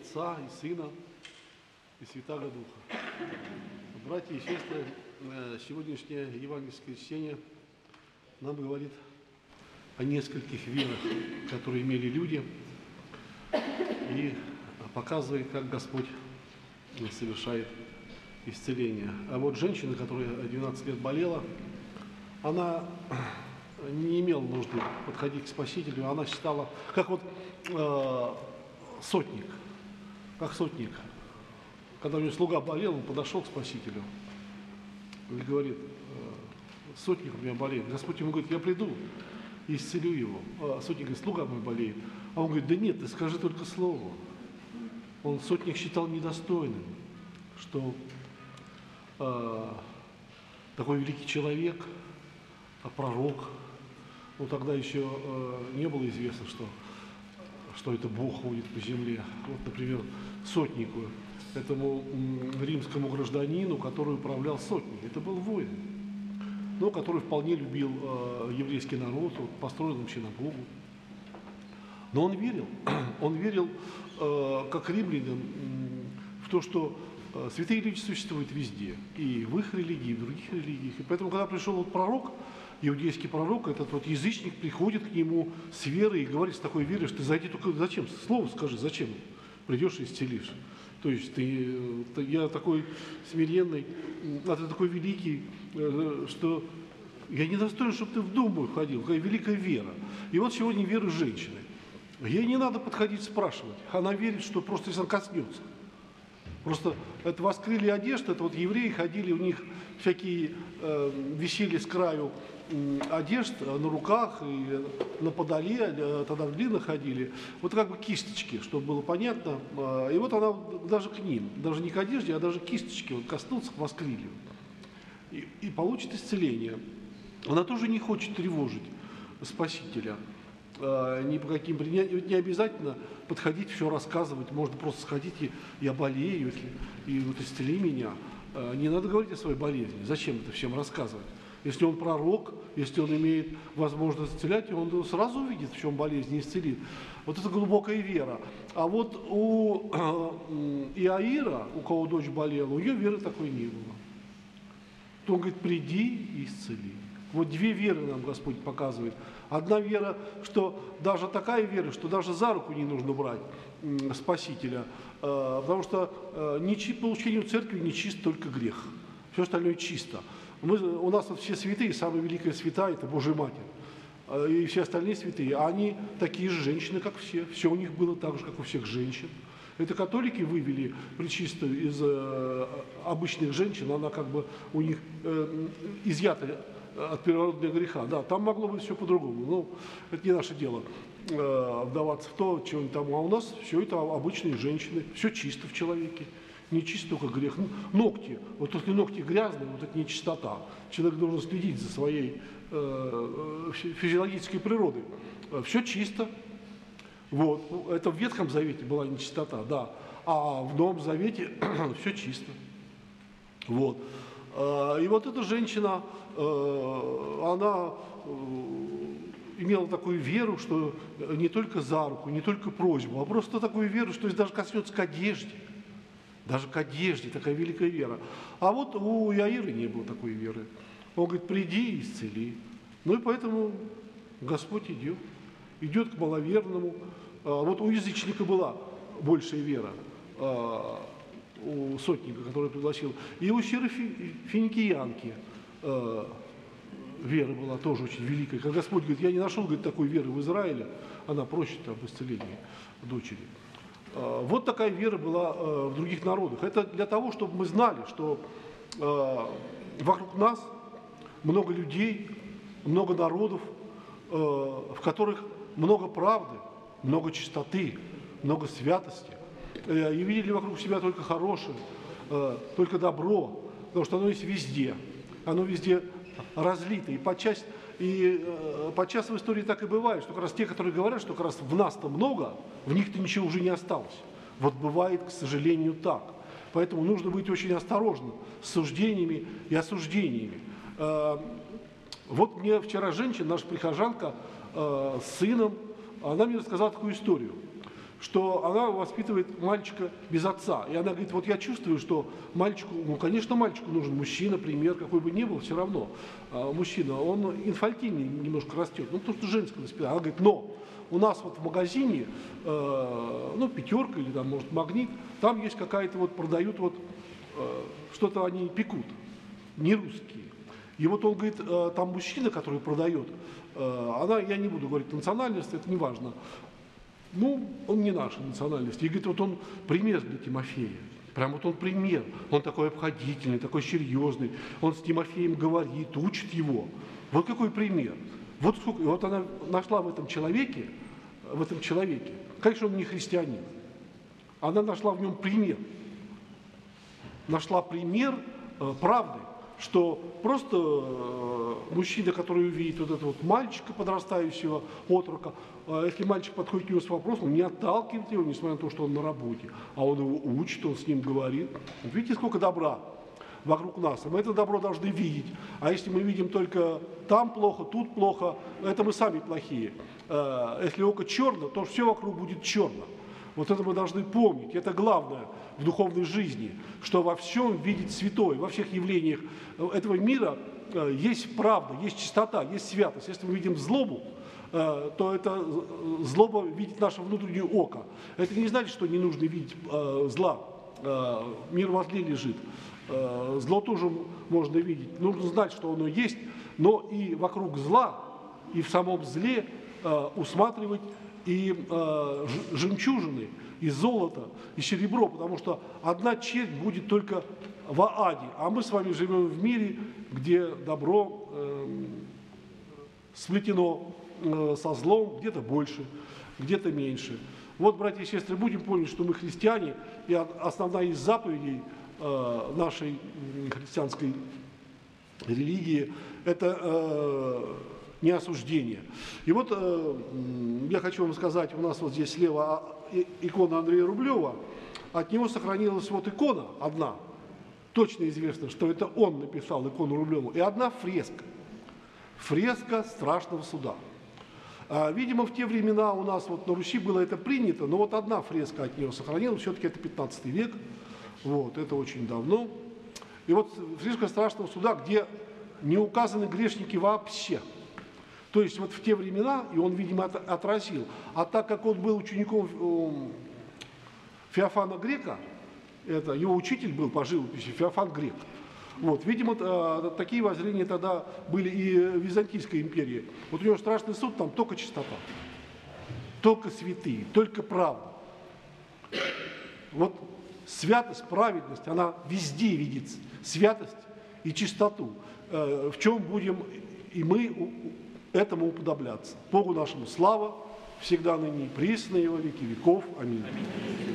Отца и Сына и Святаго Духа. Братья и сестры, сегодняшнее евангельское чтение нам говорит о нескольких верах, которые имели люди, и показывает, как Господь совершает исцеление. А вот женщина, которая 12 лет болела, она не имела нужды подходить к Спасителю, она считала, как вот сотник, когда у него слуга болел, он подошел к Спасителю и говорит: сотник у меня болеет. Господь ему говорит: я приду и исцелю его. Сотник говорит: слуга мой болеет. А он говорит: да нет, ты скажи только слово. Он, сотник, считал недостойным, что такой великий человек, пророк, ну тогда еще не было известно, что это Бог ходит по земле. Вот, например, сотнику, этому римскому гражданину, который управлял сотней. Это был воин, но который вполне любил еврейский народ, вот, построил им синагогу. Но он верил, как римлянам, в то, что святые люди существуют везде, и в их религии, и в других религиях. И поэтому, когда пришел вот пророк, иудейский пророк, этот вот язычник приходит к нему с верой и говорит с такой верой, что ты зайди только зачем? Слово скажи, зачем? Придешь и исцелишь. То есть я такой смиренный, а ты такой великий, что я не достоин, чтобы ты в дом мой ходил. Какая великая вера. И вот сегодня вера женщины. Ей не надо подходить спрашивать. Она верит, что просто если он коснется. Просто это воскрыли одежды, это вот евреи ходили, у них всякие висели с краю одежд на руках и на подоле, тогда в длинно ходили, вот как бы кисточки, чтобы было понятно. И вот она даже к ним, даже не к одежде, а даже кисточки вот коснуться, воскрыли. И получит исцеление. Она тоже не хочет тревожить Спасителя. Ни по каким не обязательно подходить, все рассказывать, можно просто сходить, и я болею, и вот исцели меня. Не надо говорить о своей болезни. Зачем это всем рассказывать? Если он пророк, если он имеет возможность исцелять, он сразу увидит, в чем болезнь, и исцелит. Вот это глубокая вера. А вот у Иаира, у кого дочь болела, у нее веры такой не было. То он говорит: приди и исцели. Вот две веры нам Господь показывает. Одна вера, что даже такая вера, что даже за руку не нужно брать Спасителя, потому что по учению церкви не чист только грех. Все остальное чисто. У нас вот все святые, самая великая святая – это Божья Матерь. И все остальные святые, они такие же женщины, как все. Все у них было так же, как у всех женщин. Это католики вывели пречистую из обычных женщин, она как бы у них изъята от первородного греха. Да, там могло быть все по-другому, но это не наше дело вдаваться в то, чего там. А у нас все это обычные женщины, все чисто в человеке. Не чисто только грех. Ногти. Вот если ногти грязные, вот это не чистота. Человек должен следить за своей физиологической природой. Все чисто. Вот. Это в Ветхом Завете была нечистота, да. А в Новом Завете все чисто. Вот. И вот эта женщина, она имела такую веру, что не только за руку, не только просьбу, а просто такую веру, что даже коснется к одежде. Даже к одежде такая великая вера. А вот у Иаира не было такой веры. Он говорит: приди и исцели. Ну и поэтому Господь идет. Идет к маловерному. Вот у язычника была большая вера, у сотника, который пригласил. И у сирофиникиянки вера была тоже очень великая. Когда Господь говорит: я не нашел, говорит, такой веры в Израиле, она просит об исцелении дочери. Вот такая вера была в других народах. Это для того, чтобы мы знали, что вокруг нас много людей, много народов, в которых много правды, много чистоты, много святости. И видели вокруг себя только хорошее, только добро, потому что оно есть везде. Оно везде разлито. И подчас в истории так и бывает, что как раз те, которые говорят, что как раз в нас-то много, в них-то ничего уже не осталось. Вот бывает, к сожалению, так. Поэтому нужно быть очень осторожным с суждениями и осуждениями. Вот мне вчера женщина, наша прихожанка, с сыном, она мне рассказала такую историю, что она воспитывает мальчика без отца. И она говорит, вот я чувствую, что мальчику, ну, конечно, мальчику нужен мужчина, пример, какой бы ни был, все равно мужчина, он инфантильный немножко растет, ну, потому что женское воспитание. Она говорит, но у нас вот в магазине, ну, «Пятерка» или там, может, «Магнит», там есть какая-то вот, продают вот, что-то они пекут, не русские. И вот он говорит, там мужчина, который продает, я не буду говорить национальность, это не важно, ну, он не нашей национальности. И говорит, вот он пример для Тимофея. Прям вот он пример. Он такой обходительный, такой серьезный. Он с Тимофеем говорит, учит его. Вот какой пример. Вот сколько. Вот она нашла в этом человеке, конечно, он не христианин. Она нашла в нем пример. Нашла пример правды, что просто мужчина, который увидит вот этого вот мальчика, подрастающего отрока, если мальчик подходит к нему с вопросом, он не отталкивает его, несмотря на то, что он на работе, а он его учит, он с ним говорит. Вот видите, сколько добра вокруг нас, и мы это добро должны видеть. А если мы видим только там плохо, тут плохо, это мы сами плохие. Если око черно, то все вокруг будет черно. Вот это мы должны помнить, это главное в духовной жизни, что во всем видеть святое, во всех явлениях этого мира есть правда, есть чистота, есть святость. Если мы видим злобу, то это злоба видит наше внутреннее око. Это не значит, что не нужно видеть зла. Мир возле лежит. Зло тоже можно видеть. Нужно знать, что оно есть, но и вокруг зла, и в самом зле усматривать и жемчужины, и золото, и серебро, потому что одна чернь будет только в аде, а мы с вами живем в мире, где добро сплетено со злом, где-то больше, где-то меньше. Вот, братья и сестры, будем помнить, что мы христиане, и основная из заповедей нашей христианской религии – это не осуждение. И вот я хочу вам сказать, у нас вот здесь слева икона Андрея Рублева, от него сохранилась вот икона одна, точно известно, что это он написал икону Рублева, и одна фреска, фреска страшного суда. Видимо, в те времена у нас вот на Руси было это принято, но вот одна фреска от него сохранилась, все-таки это 15 век, вот, это очень давно. И вот фреска страшного суда, где не указаны грешники вообще. То есть вот в те времена, и он, видимо, это отразил, а так как он был учеником Феофана Грека, это его учитель был по живописи, Феофан Грек, вот, видимо, такие воззрения тогда были и в Византийской империи. Вот у него страшный суд, там только чистота, только святые, только правда. Вот святость, праведность, она везде видится, святость и чистоту. В чем будем и мы этому уподобляться. Богу нашему слава, всегда ныне и присно, и во веки веков. Аминь.